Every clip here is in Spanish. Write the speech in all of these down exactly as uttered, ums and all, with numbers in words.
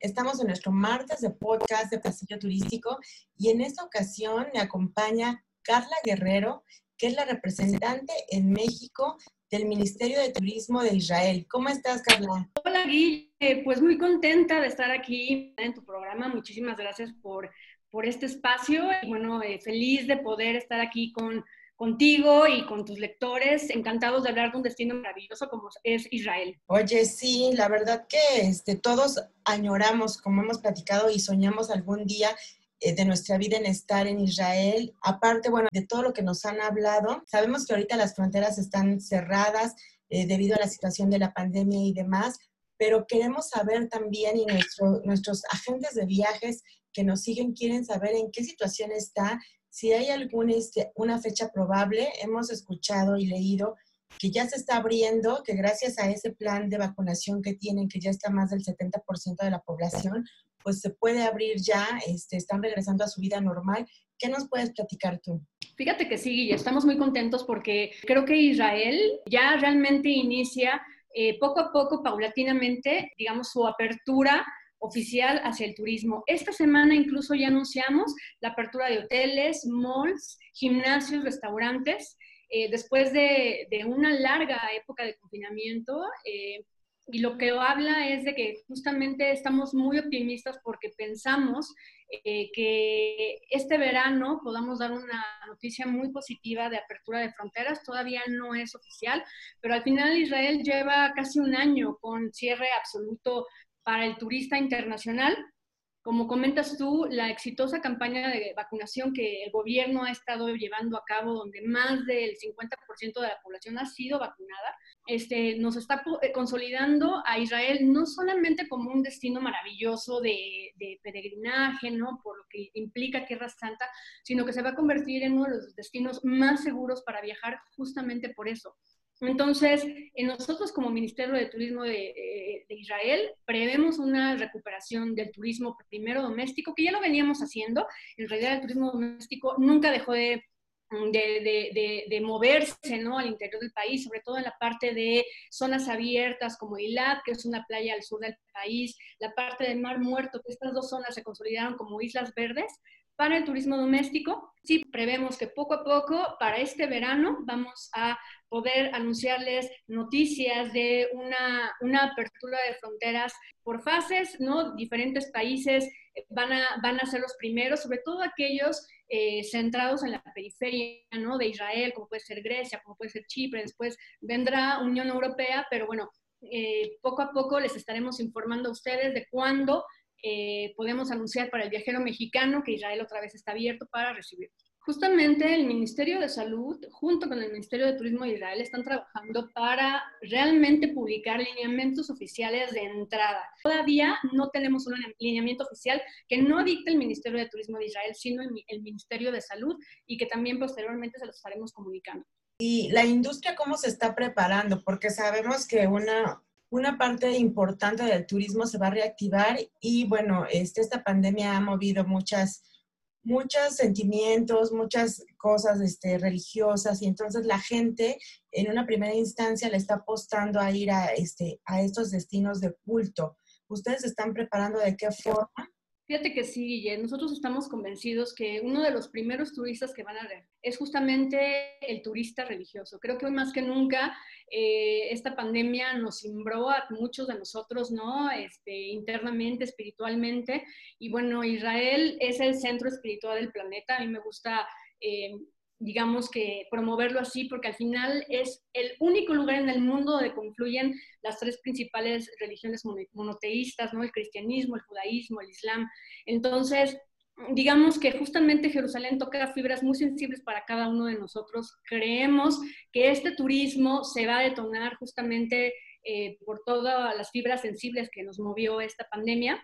Estamos en nuestro martes de podcast de Pasillo Turístico y en esta ocasión me acompaña Carla Guerrero, que es la representante en México del Ministerio de Turismo de Israel. ¿Cómo estás, Carla? Hola, Guille. Pues muy contenta de estar aquí en tu programa. Muchísimas gracias por, por este espacio y bueno, eh, feliz de poder estar aquí con, contigo y con tus lectores. Encantados de hablar de un destino maravilloso como es Israel. Oye, sí, la verdad que este, todos añoramos, como hemos platicado, y soñamos algún día eh, de nuestra vida en estar en Israel. Aparte, bueno, de todo lo que nos han hablado, sabemos que ahorita las fronteras están cerradas eh, debido a la situación de la pandemia y demás, pero queremos saber también, y nuestro, nuestros agentes de viajes que nos siguen quieren saber en qué situación está, si hay alguna este, una fecha probable. Hemos escuchado y leído que ya se está abriendo, que gracias a ese plan de vacunación que tienen, que ya está más del setenta por ciento de la población, pues se puede abrir ya, este, están regresando a su vida normal. ¿Qué nos puedes platicar tú? Fíjate que sí, Guille, estamos muy contentos porque creo que Israel ya realmente inicia eh, poco a poco, paulatinamente, digamos, su apertura oficial hacia el turismo. Esta semana incluso ya anunciamos la apertura de hoteles, malls, gimnasios, restaurantes. Eh, después de, de, una larga época de confinamiento, eh, y lo que habla es de que justamente estamos muy optimistas porque pensamos eh, que este verano podamos dar una noticia muy positiva de apertura de fronteras. Todavía no es oficial, pero al final Israel lleva casi un año con cierre absoluto para el turista internacional. Como comentas tú, la exitosa campaña de vacunación que el gobierno ha estado llevando a cabo, donde más del cincuenta por ciento de la población ha sido vacunada, este, nos está consolidando a Israel no solamente como un destino maravilloso de, de peregrinaje, ¿no? Por lo que implica Tierra Santa, sino que se va a convertir en uno de los destinos más seguros para viajar justamente por eso. Entonces, nosotros como Ministerio de Turismo de, de, Israel prevemos una recuperación del turismo primero doméstico, que ya lo veníamos haciendo. En realidad el turismo doméstico nunca dejó de, de, de, de, de moverse, ¿no? Al interior del país, sobre todo en la parte de zonas abiertas como Eilat, que es una playa al sur del país, la parte del Mar Muerto, que estas dos zonas se consolidaron como islas verdes. Para el turismo doméstico, sí prevemos que poco a poco, para este verano, vamos a poder anunciarles noticias de una, una apertura de fronteras por fases, ¿no? Diferentes países van a, van a ser los primeros, sobre todo aquellos eh, centrados en la periferia, ¿no? De Israel, como puede ser Grecia, como puede ser Chipre, después vendrá Unión Europea, pero bueno, eh, poco a poco les estaremos informando a ustedes de cuándo Eh, podemos anunciar para el viajero mexicano que Israel otra vez está abierto para recibir. Justamente el Ministerio de Salud, junto con el Ministerio de Turismo de Israel, están trabajando para realmente publicar lineamientos oficiales de entrada. Todavía no tenemos un lineamiento oficial que no dicte el Ministerio de Turismo de Israel, sino el, el Ministerio de Salud, y que también posteriormente se los estaremos comunicando. ¿Y la industria cómo se está preparando? Porque sabemos que una... Una parte importante del turismo se va a reactivar y bueno, este, esta pandemia ha movido muchas, muchos sentimientos, muchas cosas este, religiosas, y entonces la gente en una primera instancia le está apostando a ir a, este, a estos destinos de culto. ¿Ustedes se están preparando de qué forma? Fíjate que sí, Guille, nosotros estamos convencidos que uno de los primeros turistas que van a ver es justamente el turista religioso. Creo que hoy más que nunca eh, esta pandemia nos cimbró a muchos de nosotros, ¿no? Este, internamente, espiritualmente. Y bueno, Israel es el centro espiritual del planeta. A mí me gusta... Eh, digamos que promoverlo así, porque al final es el único lugar en el mundo donde confluyen las tres principales religiones monoteístas, ¿no? El cristianismo, el judaísmo, el islam. Entonces, digamos que justamente Jerusalén toca fibras muy sensibles para cada uno de nosotros. Creemos que este turismo se va a detonar justamente eh, por todas las fibras sensibles que nos movió esta pandemia.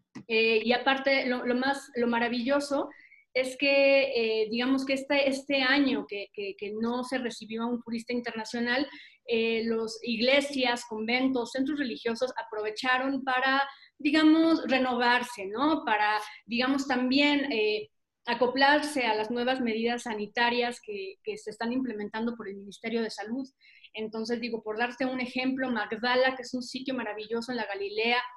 Eh, y aparte, lo, lo, más, lo maravilloso es que, eh, digamos que este, este año que, que, que, no se recibió a un turista internacional, eh, los iglesias, conventos, centros religiosos aprovecharon para, digamos, renovarse, ¿no? Para, digamos, también eh, acoplarse a las nuevas medidas sanitarias que, que se están implementando por el Ministerio de Salud. Entonces, digo, por darte un ejemplo, Magdala, que es un sitio maravilloso en la Galilea,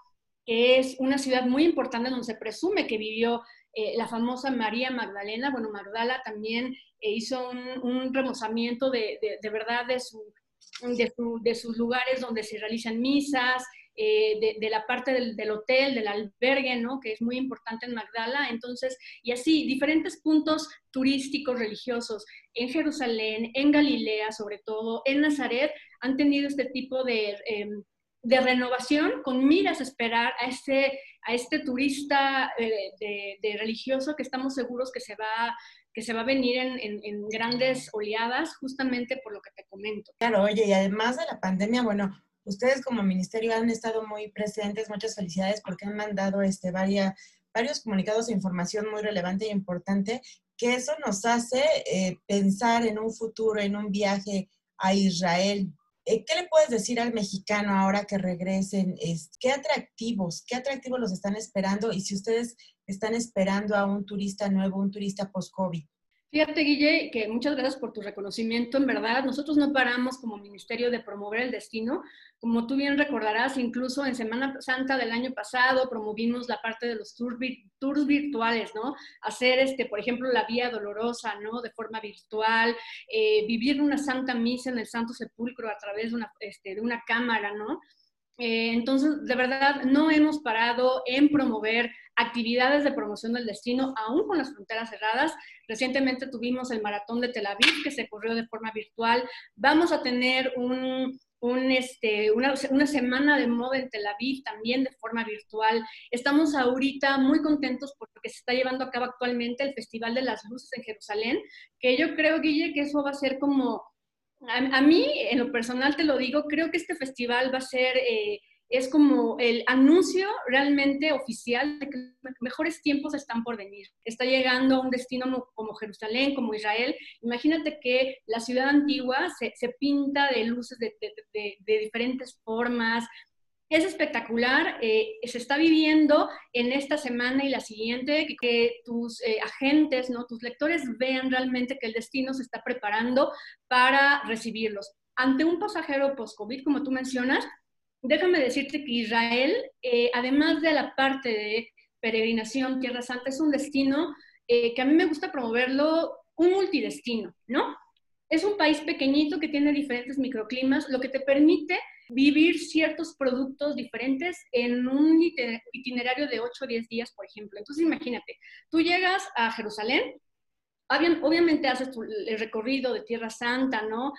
que es una ciudad muy importante donde se presume que vivió eh, la famosa María Magdalena. Bueno, Magdala también eh, hizo un, un remozamiento de, de, de verdad de, su, de, su, de sus lugares donde se realizan misas, eh, de, de, la parte del, del, hotel, del albergue, ¿no? Que es muy importante en Magdala. Entonces, y así, diferentes puntos turísticos, religiosos, en Jerusalén, en Galilea, sobre todo, en Nazaret, han tenido este tipo de, eh, de renovación con miras a esperar a este, a este turista eh, de, de religioso que estamos seguros que se va que se va a venir en, en, en grandes oleadas, justamente por lo que te comento. Claro, oye, y además de la pandemia, bueno, ustedes como ministerio han estado muy presentes, muchas felicidades porque han mandado este, varias, varios comunicados de información muy relevante e importante, que eso nos hace eh, pensar en un futuro, en un viaje a Israel. Eh, ¿Qué le puedes decir al mexicano ahora que regresen? Es, ¿Qué atractivos, qué atractivos los están esperando? Y si ustedes están esperando a un turista nuevo, un turista post-COVID. Fíjate, Guille, que muchas gracias por tu reconocimiento. En verdad, nosotros no paramos como ministerio de promover el destino. Como tú bien recordarás, incluso en Semana Santa del año pasado promovimos la parte de los tours, tours virtuales, ¿no? Hacer, este, por ejemplo, la Vía Dolorosa, ¿no? De forma virtual, eh, vivir una Santa Misa en el Santo Sepulcro a través de una, este, de una cámara, ¿no? Eh, entonces, de verdad, no hemos parado en promover actividades de promoción del destino, aún con las fronteras cerradas. Recientemente tuvimos el Maratón de Tel Aviv, que se corrió de forma virtual. Vamos a tener un, un, este, una, una semana de moda en Tel Aviv, también de forma virtual. Estamos ahorita muy contentos porque se está llevando a cabo actualmente el Festival de las Luces en Jerusalén, que yo creo, Guille, que eso va a ser como... A, a mí, en lo personal te lo digo, creo que este festival va a ser, eh, es como el anuncio realmente oficial de que mejores tiempos están por venir. Está llegando a un destino como Jerusalén, como Israel. Imagínate que la ciudad antigua se, se pinta de luces de, de, de, de diferentes formas. Es espectacular, eh, se está viviendo en esta semana y la siguiente que, que tus eh, agentes, ¿no? Tus lectores vean realmente que el destino se está preparando para recibirlos. Ante un pasajero post-COVID, como tú mencionas, déjame decirte que Israel, eh, además de la parte de peregrinación, Tierra Santa, es un destino eh, que a mí me gusta promoverlo, un multidestino, ¿no? Es un país pequeñito que tiene diferentes microclimas, lo que te permite vivir ciertos productos diferentes en un itinerario de ocho o diez días, por ejemplo. Entonces, imagínate, tú llegas a Jerusalén, obviamente haces tu, el recorrido de Tierra Santa, ¿no?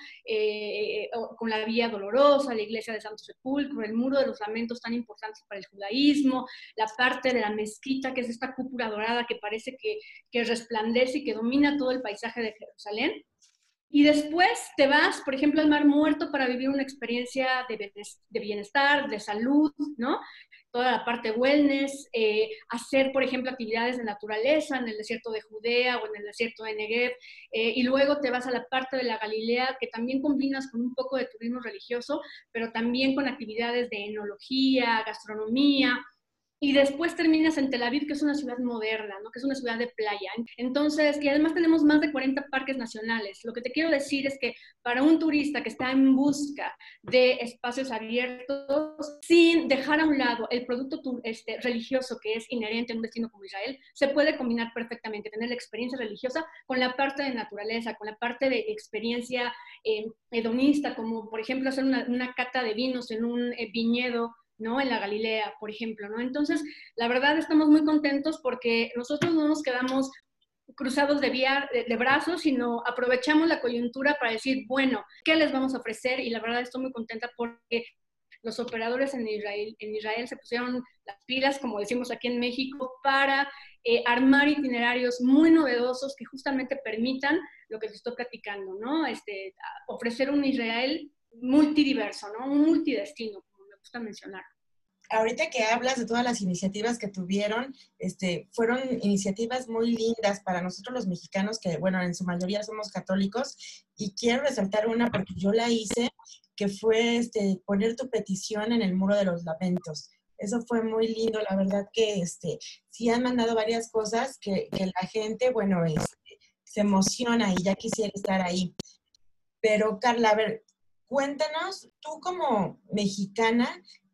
Eh, con la Vía Dolorosa, la iglesia de Santo Sepulcro, el Muro de los Lamentos tan importantes para el judaísmo, la parte de la mezquita, que es esta cúpula dorada que parece que, que resplandece y que domina todo el paisaje de Jerusalén. Y después te vas, por ejemplo, al Mar Muerto para vivir una experiencia de bienestar, de salud, ¿no? Toda la parte wellness, eh, hacer, por ejemplo, actividades de naturaleza en el desierto de Judea o en el desierto de Negev, eh, y luego te vas a la parte de la Galilea, que también combinas con un poco de turismo religioso, pero también con actividades de enología, gastronomía. Y después terminas en Tel Aviv, que es una ciudad moderna, ¿no? Que es una ciudad de playa. Entonces, y además tenemos más de cuarenta parques nacionales. Lo que te quiero decir es que para un turista que está en busca de espacios abiertos, sin dejar a un lado el producto este, religioso que es inherente en un destino como Israel, se puede combinar perfectamente, tener la experiencia religiosa con la parte de naturaleza, con la parte de experiencia eh, hedonista, como por ejemplo hacer una, una cata de vinos en un eh, viñedo, ¿no? En la Galilea, por ejemplo, ¿no? Entonces, la verdad estamos muy contentos porque nosotros no nos quedamos cruzados de, vía, de, de brazos, sino aprovechamos la coyuntura para decir, bueno, ¿qué les vamos a ofrecer? Y la verdad estoy muy contenta porque los operadores en Israel, en Israel se pusieron las pilas, como decimos aquí en México, para eh, armar itinerarios muy novedosos que justamente permitan lo que les estoy platicando, ¿no? Este, ofrecer un Israel multidiverso, ¿no? Un multidestino, gusta mencionar. Ahorita que hablas de todas las iniciativas que tuvieron, este, fueron iniciativas muy lindas para nosotros los mexicanos, que bueno, en su mayoría somos católicos, y quiero resaltar una porque yo la hice, que fue este, poner tu petición en el Muro de los Lamentos. Eso fue muy lindo, la verdad que este, sí han mandado varias cosas que, que la gente, bueno, este, se emociona y ya quisiera estar ahí. Pero Carla, a ver, cuéntanos, tú como mexicana,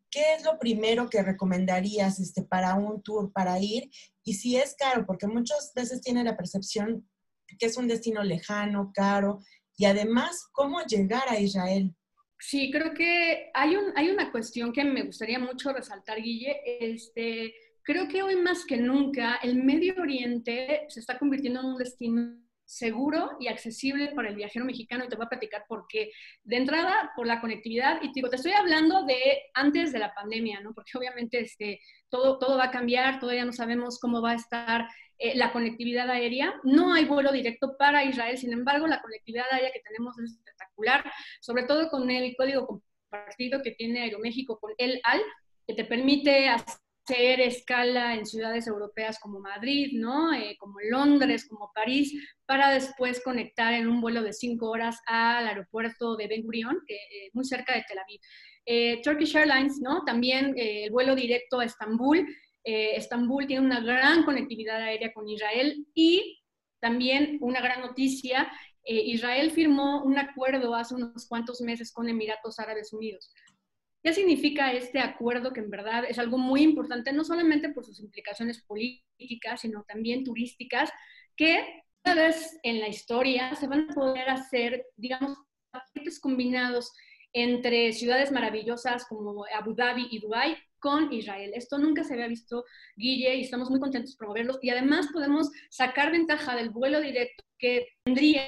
¿qué es lo primero que recomendarías este, para un tour, para ir? Y si es caro, porque muchas veces tiene la percepción que es un destino lejano, caro, y además, ¿cómo llegar a Israel? Sí, creo que hay, un, hay una cuestión que me gustaría mucho resaltar, Guille. Este, creo que hoy más que nunca el Medio Oriente se está convirtiendo en un destino seguro y accesible para el viajero mexicano, y te voy a platicar por qué. De entrada, por la conectividad, y te, digo, te estoy hablando de antes de la pandemia, ¿no? Porque obviamente este, todo, todo va a cambiar, todavía no sabemos cómo va a estar eh, la conectividad aérea. No hay vuelo directo para Israel, sin embargo, la conectividad aérea que tenemos es espectacular, sobre todo con el código compartido que tiene Aeroméxico con El Al, que te permite hacer escala en ciudades europeas como Madrid, ¿no? Eh, como Londres, como París, para después conectar en un vuelo de cinco horas al aeropuerto de Ben Gurion, que, eh, muy cerca de Tel Aviv. Eh, Turkish Airlines, ¿no? También eh, el vuelo directo a Estambul. Eh, Estambul tiene una gran conectividad aérea con Israel, y también una gran noticia, eh, Israel firmó un acuerdo hace unos cuantos meses con Emiratos Árabes Unidos. ¿Qué significa este acuerdo? Que en verdad es algo muy importante, no solamente por sus implicaciones políticas, sino también turísticas, que cada vez en la historia se van a poder hacer, digamos, paquetes combinados entre ciudades maravillosas como Abu Dhabi y Dubái con Israel. Esto nunca se había visto, Guille, y estamos muy contentos de promoverlos. Y además podemos sacar ventaja del vuelo directo que tendría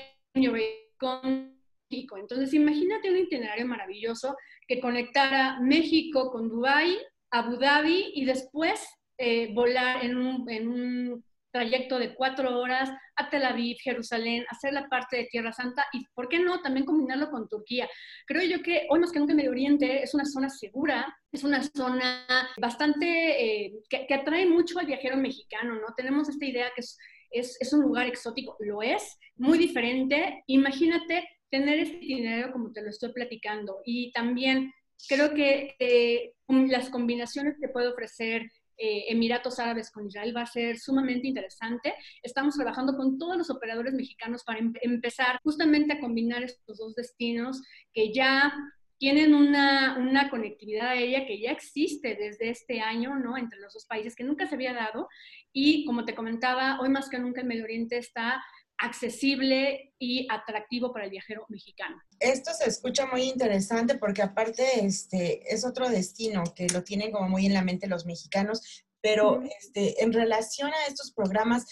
con México. Entonces, imagínate un itinerario maravilloso que conectara México con Dubái, Abu Dhabi, y después eh, volar en un, en un trayecto de cuatro horas a Tel Aviv, Jerusalén, hacer la parte de Tierra Santa y, ¿por qué no?, también combinarlo con Turquía. Creo yo que hoy más que nunca Medio Oriente es una zona segura, es una zona bastante, eh, que, que atrae mucho al viajero mexicano, ¿no? Tenemos esta idea que es, es, es un lugar exótico, lo es, muy diferente. Imagínate tener este itinerario como te lo estoy platicando, y también creo que eh, las combinaciones que puede ofrecer eh, Emiratos Árabes con Israel va a ser sumamente interesante. Estamos trabajando con todos los operadores mexicanos para em empezar justamente a combinar estos dos destinos que ya tienen una, una conectividad aérea que ya existe desde este año, ¿no?, entre los dos países, que nunca se había dado. Y como te comentaba, hoy más que nunca el Medio Oriente está accesible y atractivo para el viajero mexicano. Esto se escucha muy interesante porque aparte este, es otro destino que lo tienen como muy en la mente los mexicanos, pero Uh-huh. este, en relación a estos programas,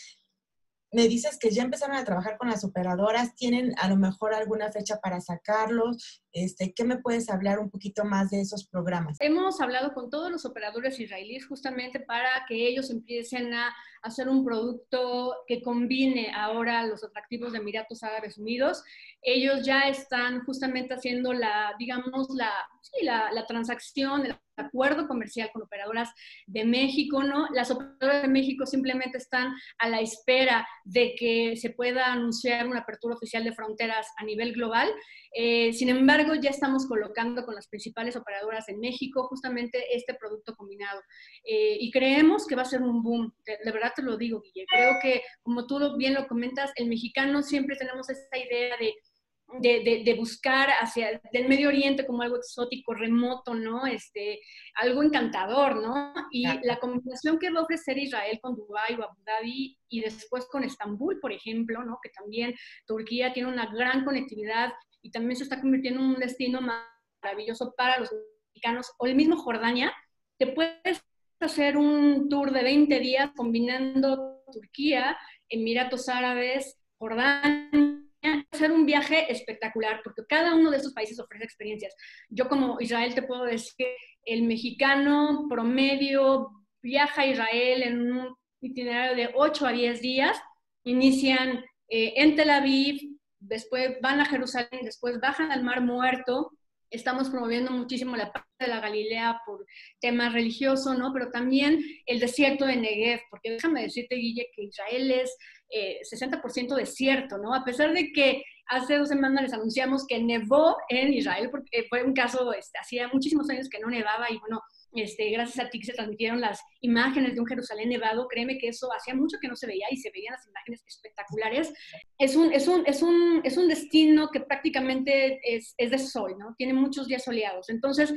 me dices que ya empezaron a trabajar con las operadoras, ¿tienen a lo mejor alguna fecha para sacarlos? Este, ¿qué me puedes hablar un poquito más de esos programas? Hemos hablado con todos los operadores israelíes justamente para que ellos empiecen a hacer un producto que combine ahora los atractivos de Emiratos Árabes Unidos. Ellos ya están justamente haciendo la, digamos, la, sí, la, la transacción, el acuerdo comercial con operadoras de México, ¿no? Las operadoras de México simplemente están a la espera de que se pueda anunciar una apertura oficial de fronteras a nivel global. Eh, sin embargo, ya estamos colocando con las principales operadoras en México justamente este producto combinado. Eh, y creemos que va a ser un boom. De, de verdad te lo digo, Guille. Creo que, como tú bien lo comentas, el mexicano siempre tenemos esta idea de De, de, de, buscar hacia el Medio Oriente como algo exótico, remoto, ¿no? Este, algo encantador, ¿no? Y la combinación que va a ofrecer Israel con Dubái o Abu Dhabi y después con Estambul, por ejemplo, ¿no?, que también Turquía tiene una gran conectividad y también se está convirtiendo en un destino maravilloso para los mexicanos, o el mismo Jordania, te puedes hacer un tour de veinte días combinando Turquía, Emiratos Árabes, Jordania, hacer un viaje espectacular, porque cada uno de estos países ofrece experiencias. Yo como Israel te puedo decir que el mexicano promedio viaja a Israel en un itinerario de ocho a diez días, inician eh, en Tel Aviv, después van a Jerusalén, después bajan al Mar Muerto. Estamos promoviendo muchísimo la parte de la Galilea por temas religiosos, ¿no? Pero también el desierto de Negev, porque déjame decirte, Guille, que Israel es eh, sesenta por ciento desierto, ¿no? A pesar de que hace dos semanas les anunciamos que nevó en Israel, porque fue un caso, este, hacía muchísimos años que no nevaba, y bueno, este, gracias a ti que se transmitieron las imágenes de un Jerusalén nevado, créeme que eso hacía mucho que no se veía y se veían las imágenes espectaculares. Es un, es un, es un, es un destino que prácticamente es, es de sol, ¿no? Tiene muchos días soleados. Entonces,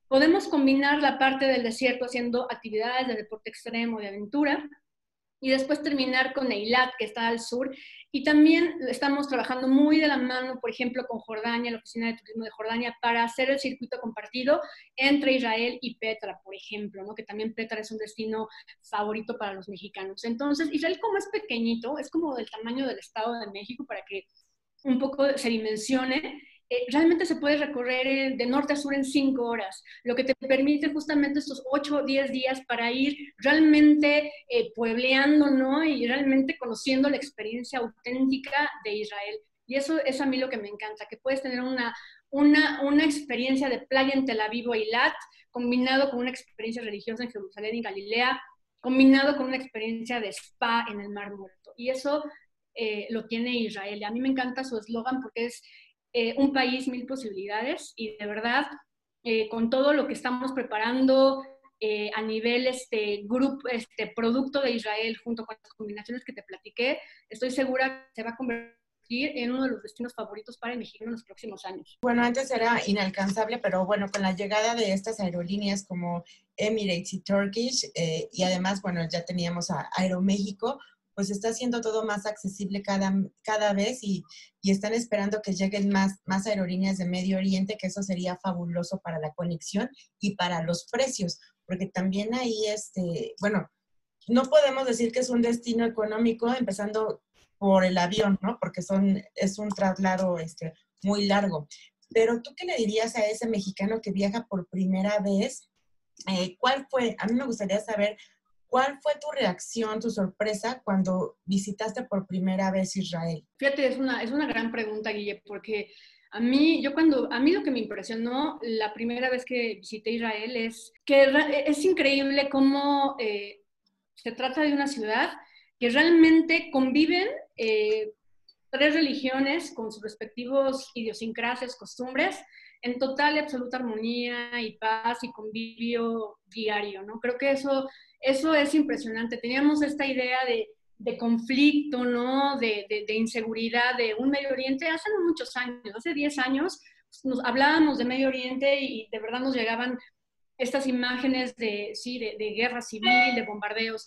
Podemos combinar la parte del desierto haciendo actividades de deporte extremo, de aventura, y después terminar con Eilat, que está al sur. Y también estamos trabajando muy de la mano, por ejemplo, con Jordania, la Oficina de Turismo de Jordania, para hacer el circuito compartido entre Israel y Petra, por ejemplo, ¿no? Que también Petra es un destino favorito para los mexicanos. Entonces, Israel, como es pequeñito, es como del tamaño del Estado de México, para que un poco se dimensione, eh, realmente se puede recorrer eh, de norte a sur en cinco horas, lo que te permite justamente estos ocho o diez días para ir realmente eh, puebleando, ¿no? Y realmente conociendo la experiencia auténtica de Israel. Y eso es a mí lo que me encanta, que puedes tener una, una, una experiencia de playa en Tel Aviv o Eilat, combinado con una experiencia religiosa en Jerusalén y Galilea, combinado con una experiencia de spa en el Mar Muerto. Y eso eh, lo tiene Israel. Y a mí me encanta su eslogan porque es eh, un país, mil posibilidades, y de verdad, eh, con todo lo que estamos preparando eh, a nivel este, grupo, este producto de Israel, junto con las combinaciones que te platiqué, estoy segura que se va a convertir en uno de los destinos favoritos para el México en los próximos años. Bueno, antes era inalcanzable, pero bueno, con la llegada de estas aerolíneas como Emirates y Turkish, eh, y además, bueno, ya teníamos a Aeroméxico, pues está haciendo todo más accesible cada, cada vez y, y están esperando que lleguen más, más aerolíneas de Medio Oriente, que eso sería fabuloso para la conexión y para los precios, porque también ahí, este, bueno, no podemos decir que es un destino económico empezando por el avión, ¿no? Porque son, es un traslado este, muy largo. Pero tú, ¿qué le dirías a ese mexicano que viaja por primera vez? Eh, ¿Cuál fue? A mí me gustaría saber, ¿cuál fue tu reacción, tu sorpresa cuando visitaste por primera vez Israel? Fíjate, es una, es una gran pregunta, Guille, porque a mí, yo cuando, a mí lo que me impresionó la primera vez que visité Israel es que es increíble cómo eh, se trata de una ciudad que realmente conviven eh, tres religiones con sus respectivos idiosincrasias, costumbres, en total y absoluta armonía y paz y convivio diario, ¿no? Creo que eso, eso es impresionante. Teníamos esta idea de, de conflicto, ¿no? De, de, de inseguridad de un Medio Oriente hace no muchos años, hace diez años, nos hablábamos de Medio Oriente y de verdad nos llegaban estas imágenes de, sí, de, de guerra civil, de bombardeos.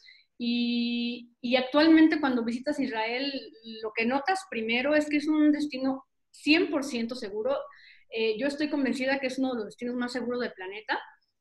Y, y actualmente cuando visitas Israel, lo que notas primero es que es un destino cien por ciento seguro. Eh, yo estoy convencida que es uno de los destinos más seguros del planeta.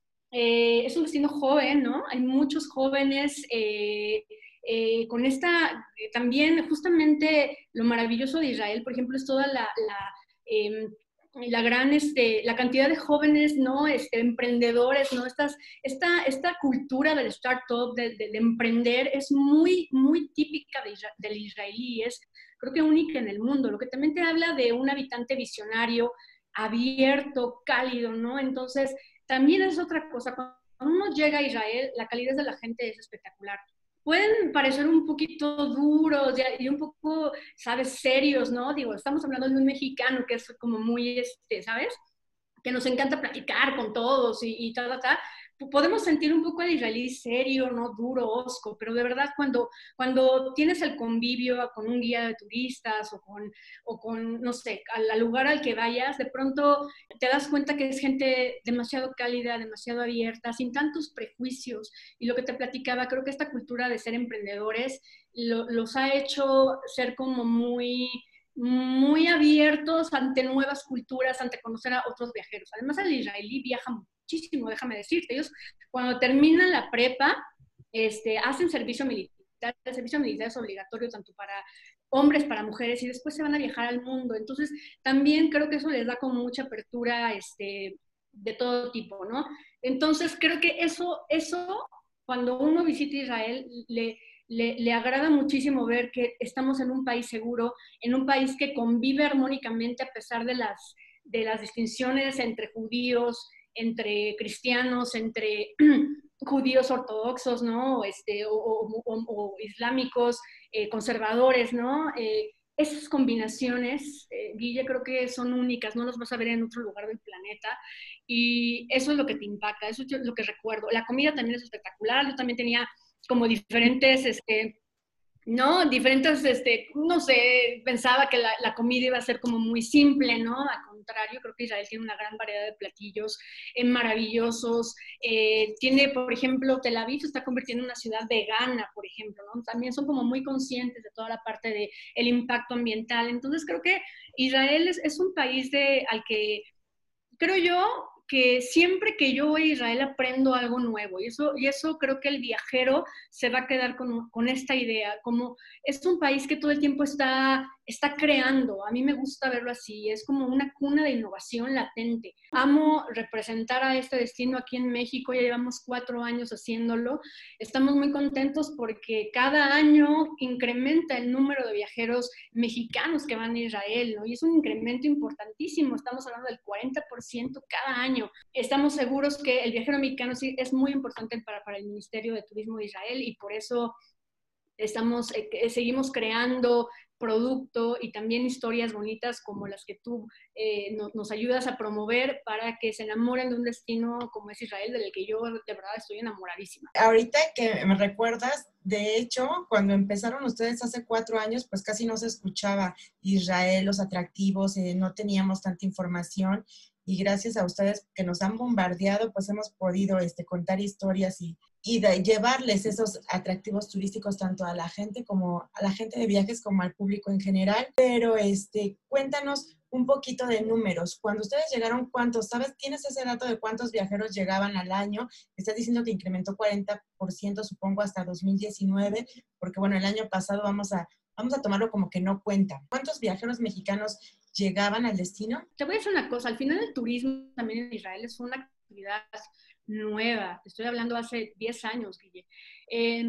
Eh, es un destino joven, ¿no? Hay muchos jóvenes eh, eh, con esta, eh, también justamente lo maravilloso de Israel, por ejemplo, es toda la, la eh, la gran, este, la cantidad de jóvenes, ¿no? Este, emprendedores, ¿no? Estas, esta, esta cultura del startup, de, de, de emprender, es muy, muy típica de, del israelí, es creo que única en el mundo, lo que también te habla de un habitante visionario, abierto, cálido, ¿no? Entonces, también es otra cosa, cuando uno llega a Israel, la calidez de la gente es espectacular. Pueden parecer un poquito duros y un poco, ¿sabes?, serios, ¿no? Digo, estamos hablando de un mexicano que es como muy, este, ¿sabes?, que nos encanta platicar con todos y, y tal, tal, tal. Podemos sentir un poco de israelí serio, ¿no? Duro, hosco, pero de verdad cuando, cuando tienes el convivio con un guía de turistas o con, o con no sé, al, al lugar al que vayas, de pronto te das cuenta que es gente demasiado cálida, demasiado abierta, sin tantos prejuicios. Y lo que te platicaba, creo que esta cultura de ser emprendedores lo, los ha hecho ser como muy muy abiertos ante nuevas culturas, ante conocer a otros viajeros. Además, el israelí viaja muchísimo, déjame decirte. Ellos, cuando terminan la prepa, este, hacen servicio militar. El servicio militar es obligatorio tanto para hombres, para mujeres, y después se van a viajar al mundo. Entonces, también creo que eso les da como mucha apertura este, de todo tipo, ¿no? Entonces, creo que eso, eso cuando uno visita Israel, le le, le agrada muchísimo ver que estamos en un país seguro, en un país que convive armónicamente a pesar de las, de las distinciones entre judíos, entre cristianos, entre judíos ortodoxos, ¿no? Este, o, o, o, o islámicos, eh, conservadores, ¿no? Eh, esas combinaciones, eh, Guille, creo que son únicas, no las vas a ver en otro lugar del planeta, y eso es lo que te impacta, eso es lo que recuerdo. La comida también es espectacular, yo también tenía como diferentes este, ¿no? Diferentes, este, no sé, pensaba que la, la, comida iba a ser como muy simple, ¿no? Al contrario, creo que Israel tiene una gran variedad de platillos eh, maravillosos. Eh, tiene, por ejemplo, Tel Aviv se está convirtiendo en una ciudad vegana, por ejemplo, ¿no? También son como muy conscientes de toda la parte del de impacto ambiental. Entonces, creo que Israel es, es un país de, al que, creo yo, que siempre que yo voy a Israel aprendo algo nuevo y eso, y eso creo que el viajero se va a quedar con, con esta idea, como es un país que todo el tiempo está, está creando, a mí me gusta verlo así, es como una cuna de innovación latente. Amo representar a este destino aquí en México, ya llevamos cuatro años haciéndolo, estamos muy contentos porque cada año incrementa el número de viajeros mexicanos que van a Israel, ¿no? Y es un incremento importantísimo, estamos hablando del cuarenta por ciento cada año. Estamos seguros que el viajero mexicano sí es muy importante para, para el Ministerio de Turismo de Israel y por eso estamos, eh, seguimos creando producto y también historias bonitas como las que tú eh, nos, nos ayudas a promover para que se enamoren de un destino como es Israel, del que yo de verdad estoy enamoradísima. Ahorita que me recuerdas, de hecho, cuando empezaron ustedes hace cuatro años, pues casi no se escuchaba Israel, los atractivos, eh, no teníamos tanta información y gracias a ustedes que nos han bombardeado, pues hemos podido este, contar historias y, y de llevarles esos atractivos turísticos tanto a la gente como a la gente de viajes como al público en general. Pero este, cuéntanos un poquito de números. Cuando ustedes llegaron, ¿cuántos? ¿Sabes? ¿Tienes ese dato de cuántos viajeros llegaban al año? Estás diciendo que incrementó cuarenta por ciento, supongo, hasta dos mil diecinueve, porque bueno, el año pasado vamos a, vamos a tomarlo como que no cuenta. ¿Cuántos viajeros mexicanos llegaban al destino? Te voy a decir una cosa, al final el turismo también en Israel es una actividad nueva, te estoy hablando hace diez años, Guille. Eh,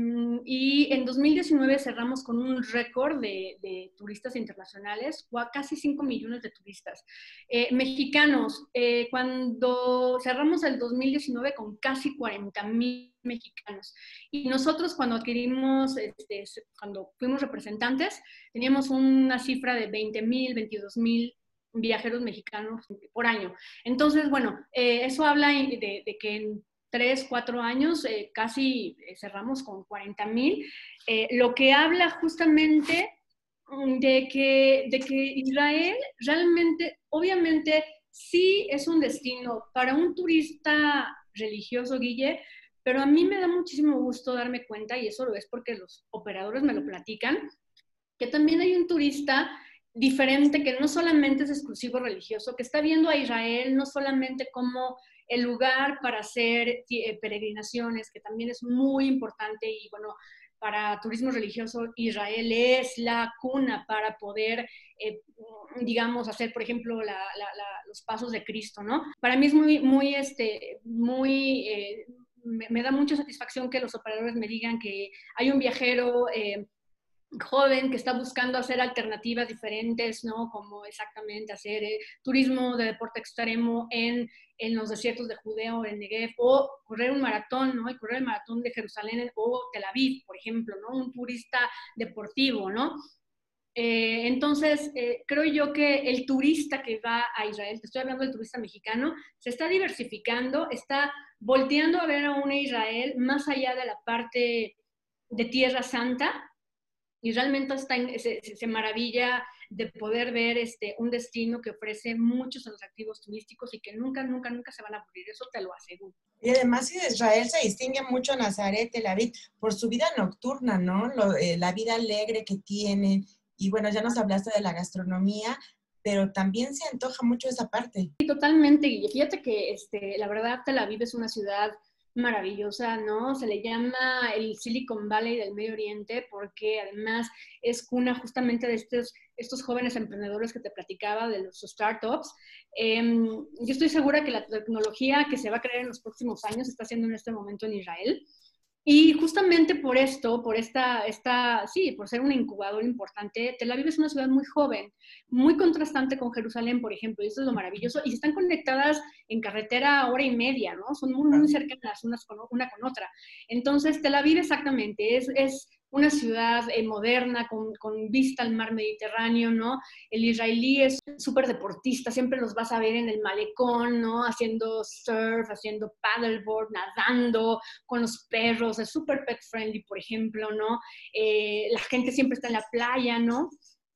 y en dos mil diecinueve cerramos con un récord de, de turistas internacionales, casi cinco millones de turistas. Eh, mexicanos, eh, cuando cerramos el dos mil diecinueve con casi cuarenta mil mexicanos. Y nosotros cuando adquirimos, este, cuando fuimos representantes, teníamos una cifra de veinte mil, veintidós mil viajeros mexicanos por año. Entonces, bueno, eh, eso habla de, de que en tres, cuatro años eh, casi cerramos con cuarenta mil, eh, lo que habla justamente de que, de que Israel realmente, obviamente, sí es un destino para un turista religioso, Guille, pero a mí me da muchísimo gusto darme cuenta, y eso lo es porque los operadores me lo platican, que también hay un turista diferente que no solamente es exclusivo religioso, que está viendo a Israel no solamente como el lugar para hacer eh, peregrinaciones, que también es muy importante y bueno, para turismo religioso Israel es la cuna para poder, eh, digamos, hacer, por ejemplo, la, la, la, los pasos de Cristo, ¿no? Para mí es muy, muy, este, muy, eh, me, me da mucha satisfacción que los operadores me digan que hay un viajero eh, joven que está buscando hacer alternativas diferentes, ¿no? Como exactamente hacer eh, turismo de deporte extremo en, en los desiertos de Judea o en Negev, o correr un maratón, ¿no? Y correr el maratón de Jerusalén o Tel Aviv, por ejemplo, ¿no? Un turista deportivo, ¿no? Eh, entonces, eh, creo yo que el turista que va a Israel, te estoy hablando del turista mexicano, se está diversificando, está volteando a ver a una Israel más allá de la parte de Tierra Santa, y realmente está en, se, se, maravilla de poder ver este, un destino que ofrece muchos atractivos turísticos y que nunca, nunca, nunca se van a aburrir, eso te lo aseguro. Y además Israel se distingue mucho Nazaret, Tel Aviv, por su vida nocturna, ¿no? Lo, eh, la vida alegre que tienen. Y bueno, ya nos hablaste de la gastronomía, pero también se antoja mucho esa parte. Sí, totalmente. Y fíjate que este, la verdad Tel Aviv es una ciudad maravillosa, ¿no? Se le llama el Silicon Valley del Medio Oriente porque además es cuna justamente de estos, estos jóvenes emprendedores que te platicaba, de los startups. Eh, yo estoy segura que la tecnología que se va a crear en los próximos años se está haciendo en este momento en Israel. Y justamente por esto, por esta, esta, sí, por ser un incubador importante, Tel Aviv es una ciudad muy joven, muy contrastante con Jerusalén, por ejemplo, y eso es lo maravilloso, y están conectadas en carretera hora y media, ¿no? Son muy, muy cercanas unas con, una con otra. Entonces, Tel Aviv exactamente, es, es una ciudad eh, moderna, con, con vista al mar Mediterráneo, ¿no? El israelí es súper deportista, siempre los vas a ver en el malecón, ¿no? Haciendo surf, haciendo paddleboard, nadando con los perros, es súper pet friendly, por ejemplo, ¿no? Eh, la gente siempre está en la playa, ¿no?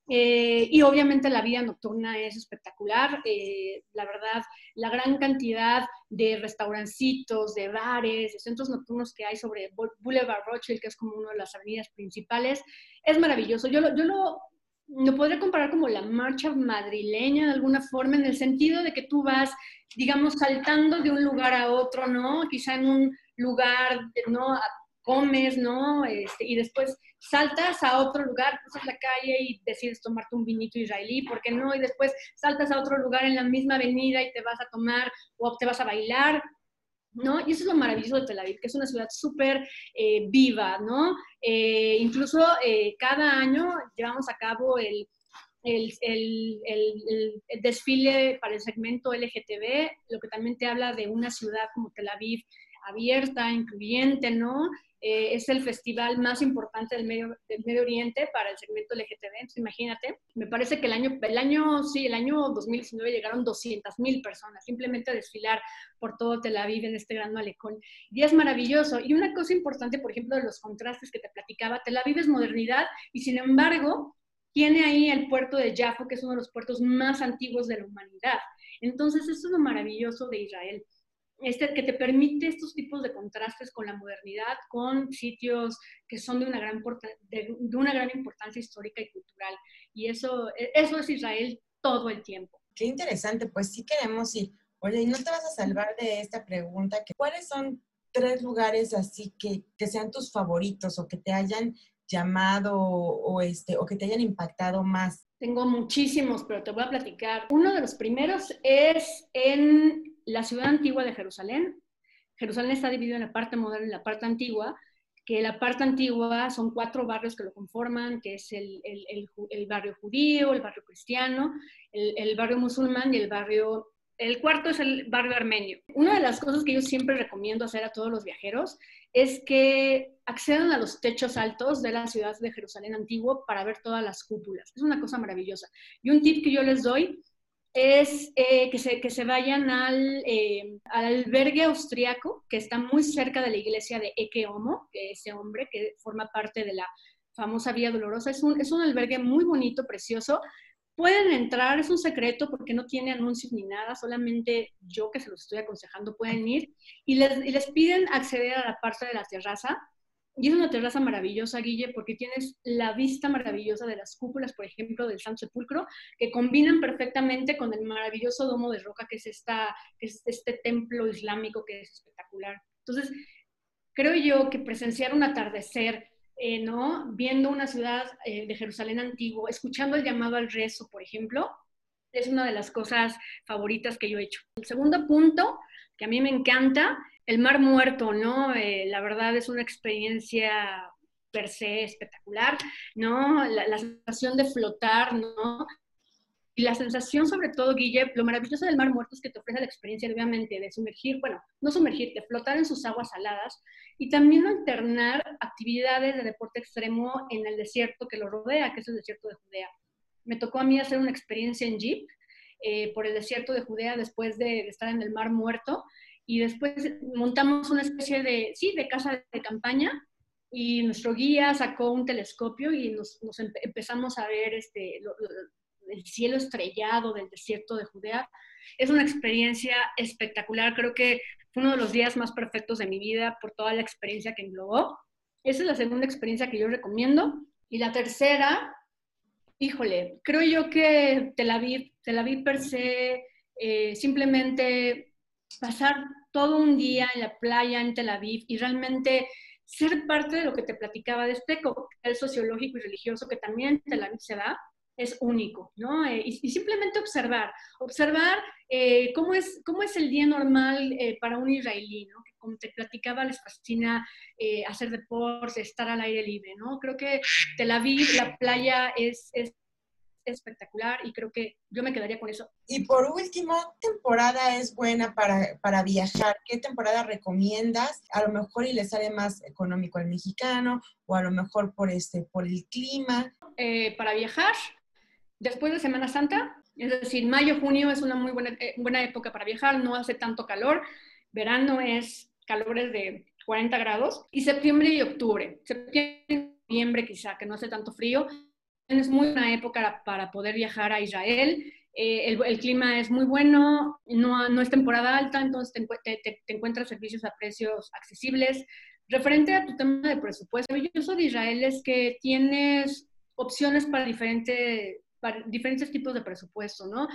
Eh, y obviamente la vida nocturna es espectacular. Eh, la verdad, la gran cantidad de restaurancitos, de bares, de centros nocturnos que hay sobre Boulevard Rothschild, que es como una de las avenidas principales, es maravilloso. Yo lo, yo lo, lo podría comparar como la marcha madrileña de alguna forma, en el sentido de que tú vas, digamos, saltando de un lugar a otro, ¿no? Quizá en un lugar, ¿no? Comes, ¿no? Este, y después saltas a otro lugar, cruzas la calle y decides tomarte un vinito israelí, ¿por qué no? Y después saltas a otro lugar en la misma avenida y te vas a tomar o te vas a bailar, ¿no? Y eso es lo maravilloso de Tel Aviv, que es una ciudad súper eh, viva, ¿no? Eh, incluso eh, cada año llevamos a cabo el, el, el, el, el desfile para el segmento L G T B, lo que también te habla de una ciudad como Tel Aviv abierta, incluyente, ¿no? Eh, es el festival más importante del Medio, del Medio Oriente para el segmento L G T B, entonces imagínate, me parece que el año, el año, sí, el año dos mil diecinueve llegaron doscientas mil personas, simplemente a desfilar por todo Tel Aviv en este gran malecón, y es maravilloso. Y una cosa importante, por ejemplo, de los contrastes que te platicaba, Tel Aviv es modernidad, y sin embargo, tiene ahí el puerto de Jafo, que es uno de los puertos más antiguos de la humanidad. Entonces, eso es lo maravilloso de Israel. Este, que te permite estos tipos de contrastes con la modernidad, con sitios que son de una gran, de, de una gran importancia histórica y cultural. Y eso, eso es Israel todo el tiempo. Qué interesante, pues sí queremos ir. Oye, ¿y no te vas a salvar de esta pregunta? ¿Cuáles son tres lugares así que, que sean tus favoritos o que te hayan llamado o, este, o que te hayan impactado más? Tengo muchísimos, pero te voy a platicar. Uno de los primeros es en la ciudad antigua de Jerusalén. Jerusalén está dividido en la parte moderna y la parte antigua, que la parte antigua son cuatro barrios que lo conforman, que es el, el, el, el barrio judío, el barrio cristiano, el, el barrio musulmán y el barrio... El cuarto es el barrio armenio. Una de las cosas que yo siempre recomiendo hacer a todos los viajeros es que accedan a los techos altos de la ciudad de Jerusalén antiguo para ver todas las cúpulas. Es una cosa maravillosa. Y un tip que yo les doy es eh, que, se, que se vayan al, eh, al albergue austriaco, que está muy cerca de la iglesia de Ecce Homo, que es ese hombre que forma parte de la famosa Vía Dolorosa. Es un, es un albergue muy bonito, precioso. Pueden entrar, es un secreto porque no tiene anuncios ni nada, solamente yo que se los estoy aconsejando pueden ir y les, y les piden acceder a la parte de la terraza. Y es una terraza maravillosa, Guille, porque tienes la vista maravillosa de las cúpulas, por ejemplo, del Santo Sepulcro, que combinan perfectamente con el maravilloso domo de roca, que es, esta, que es este templo islámico que es espectacular. Entonces, creo yo que presenciar un atardecer, eh, ¿no? Viendo una ciudad eh, de Jerusalén antiguo, escuchando el llamado al rezo, por ejemplo, es una de las cosas favoritas que yo he hecho. El segundo punto, que a mí me encanta, el Mar Muerto, ¿no? Eh, la verdad es una experiencia per se espectacular, ¿no? La, la sensación de flotar, ¿no? Y la sensación, sobre todo, Guille, lo maravilloso del Mar Muerto es que te ofrece la experiencia, obviamente, de sumergir, bueno, no sumergirte, flotar en sus aguas saladas y también alternar actividades de deporte extremo en el desierto que lo rodea, que es el desierto de Judea. Me tocó a mí hacer una experiencia en jeep eh, por el desierto de Judea después de, de estar en el Mar Muerto y después montamos una especie de, sí, de casa de campaña y nuestro guía sacó un telescopio y nos, nos empe empezamos a ver este, lo, lo, el cielo estrellado del desierto de Judea. Es una experiencia espectacular, creo que fue uno de los días más perfectos de mi vida por toda la experiencia que englobó. Esa es la segunda experiencia que yo recomiendo. Y la tercera, híjole, creo yo que Tel Aviv, Tel Aviv per se, eh, simplemente pasar todo un día en la playa en Tel Aviv y realmente ser parte de lo que te platicaba de este cóctel sociológico y religioso que también en Tel Aviv se da, es único, ¿no? Eh, y, y simplemente observar, observar eh, cómo, es, cómo es el día normal eh, para un israelí, ¿no? Que como te platicaba, les fascina eh, hacer deporte, estar al aire libre, ¿no? Creo que Tel Aviv, la playa es, es espectacular y creo que yo me quedaría con eso. Y por último, ¿qué temporada es buena para, para viajar? ¿Qué temporada recomiendas? A lo mejor y le sale más económico al mexicano o a lo mejor por, este, por el clima. Eh, para viajar, después de Semana Santa, es decir, mayo, junio es una muy buena, eh, buena época para viajar, no hace tanto calor, verano es calores de cuarenta grados, y septiembre y octubre, septiembre y noviembre quizá, que no hace tanto frío, es muy buena época para poder viajar a Israel. Eh, el, el, clima es muy bueno, no, no es temporada alta, entonces te, te, te encuentras servicios a precios accesibles. Referente a tu tema de presupuesto, lo maravilloso de Israel es que tienes opciones para diferentes, para diferentes tipos de presupuesto, ¿no?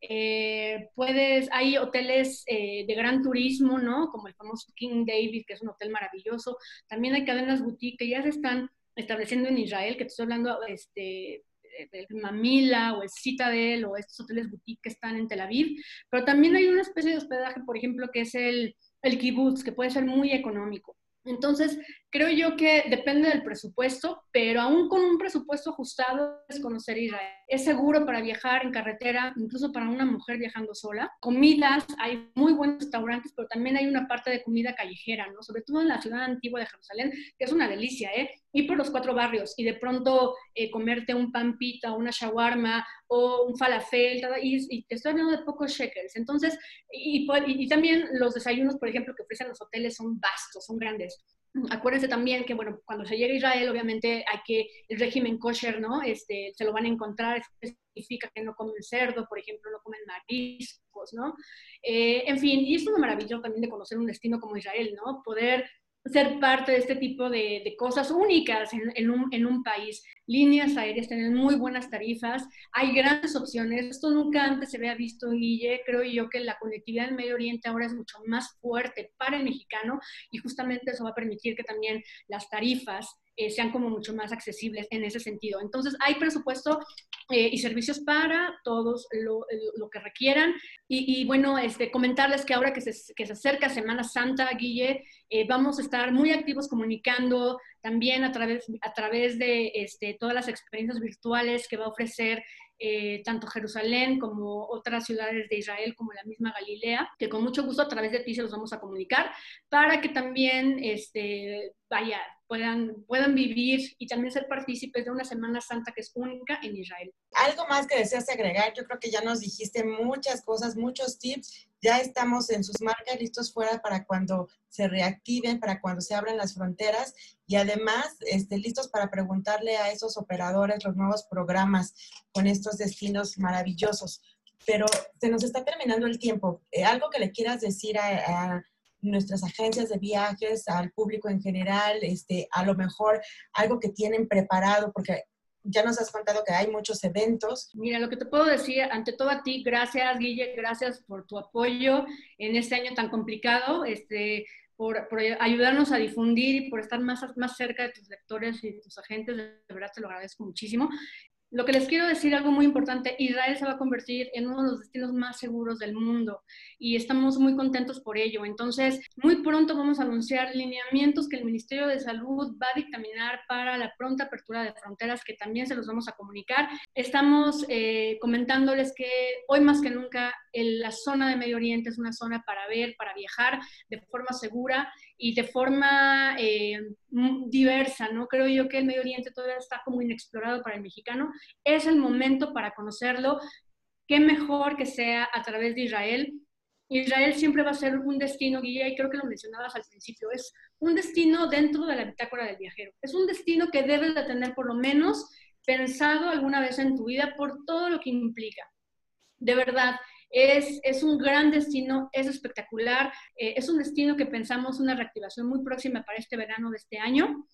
Eh, puedes, hay hoteles eh, de gran turismo, ¿no? Como el famoso King David, que es un hotel maravilloso. También hay cadenas boutique que ya se están estableciendo en Israel, que te estoy hablando, este, el Mamila o el Citadel o estos hoteles boutique que están en Tel Aviv, pero también hay una especie de hospedaje, por ejemplo, que es el, el kibutz, que puede ser muy económico. Entonces, creo yo que depende del presupuesto, pero aún con un presupuesto ajustado es conocer Israel. Es seguro para viajar en carretera, incluso para una mujer viajando sola. Comidas, hay muy buenos restaurantes, pero también hay una parte de comida callejera, ¿no? Sobre todo en la ciudad antigua de Jerusalén, que es una delicia, ¿eh? Ir por los cuatro barrios y de pronto eh, comerte un pan pita, una shawarma o un falafel, y, y te estoy hablando de pocos shekels. Entonces, y, y, y también los desayunos, por ejemplo, que ofrecen los hoteles son vastos, son grandes. Acuérdense también que, bueno, cuando se llega a Israel, obviamente hay que, el régimen kosher, ¿no? Este, se lo van a encontrar, eso significa que no comen cerdo, por ejemplo, no comen mariscos, ¿no? Eh, en fin, y esto es lo maravilloso también de conocer un destino como Israel, ¿no? Poder ser parte de este tipo de, de cosas únicas en, en, un, en un país. Líneas aéreas tienen muy buenas tarifas, hay grandes opciones. Esto nunca antes se había visto, Guille. Creo yo que la conectividad en Medio Oriente ahora es mucho más fuerte para el mexicano y justamente eso va a permitir que también las tarifas eh, sean como mucho más accesibles en ese sentido. Entonces, hay presupuesto eh, y servicios para todos lo, lo que requieran. Y, y bueno, este, comentarles que ahora que se, que se acerca Semana Santa, Guille, eh, vamos a estar muy activos comunicando también a través, a través de este, todas las experiencias virtuales que va a ofrecer eh, tanto Jerusalén como otras ciudades de Israel, como la misma Galilea, que con mucho gusto a través de ti se los vamos a comunicar para que también, este, vaya, puedan, puedan vivir y también ser partícipes de una Semana Santa que es única en Israel. ¿Algo más que deseas agregar? Yo creo que ya nos dijiste muchas cosas, muchos tips. Ya estamos en sus marcas listos fuera para cuando se reactiven, para cuando se abran las fronteras y además este, listos para preguntarle a esos operadores los nuevos programas con estos destinos maravillosos. Pero se nos está terminando el tiempo. Eh, ¿Algo que le quieras decir a, a nuestras agencias de viajes, al público en general, este, a lo mejor algo que tienen preparado? Porque ya nos has contado que hay muchos eventos. Mira, lo que te puedo decir, ante todo a ti, gracias, Guille, gracias por tu apoyo en este año tan complicado, este, por, por ayudarnos a difundir y por estar más, más cerca de tus lectores y de tus agentes. De verdad te lo agradezco muchísimo. Lo que les quiero decir, algo muy importante, Israel se va a convertir en uno de los destinos más seguros del mundo y estamos muy contentos por ello. Entonces, muy pronto vamos a anunciar lineamientos que el Ministerio de Salud va a dictaminar para la pronta apertura de fronteras, que también se los vamos a comunicar. Estamos eh, comentándoles que hoy más que nunca el, la zona de Medio Oriente es una zona para ver, para viajar de forma segura y de forma eh, diversa, ¿no? Creo yo que el Medio Oriente todavía está como inexplorado para el mexicano. Es el momento para conocerlo. Qué mejor que sea a través de Israel. Israel siempre va a ser un destino, Guille, y creo que lo mencionabas al principio, es un destino dentro de la bitácora del viajero. Es un destino que debes de tener por lo menos pensado alguna vez en tu vida por todo lo que implica. De verdad, es, es un gran destino, es espectacular, eh, es un destino que pensamos una reactivación muy próxima para este verano de este año.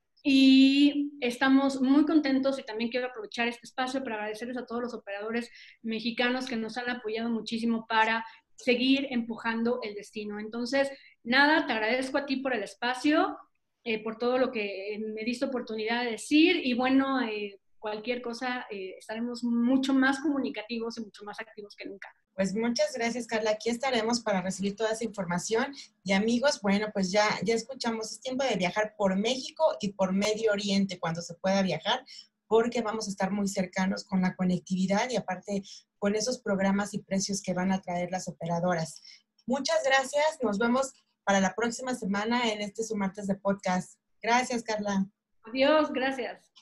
Y estamos muy contentos y también quiero aprovechar este espacio para agradecerles a todos los operadores mexicanos que nos han apoyado muchísimo para seguir empujando el destino. Entonces, nada, te agradezco a ti por el espacio, eh, por todo lo que me diste oportunidad de decir y bueno, eh, cualquier cosa, eh, estaremos mucho más comunicativos y mucho más activos que nunca. Pues muchas gracias, Carla. Aquí estaremos para recibir toda esa información. Y amigos, bueno, pues ya, ya escuchamos, es tiempo de viajar por México y por Medio Oriente cuando se pueda viajar, porque vamos a estar muy cercanos con la conectividad y aparte con esos programas y precios que van a traer las operadoras. Muchas gracias. Nos vemos para la próxima semana en este su martes de podcast. Gracias, Carla. Adiós, gracias.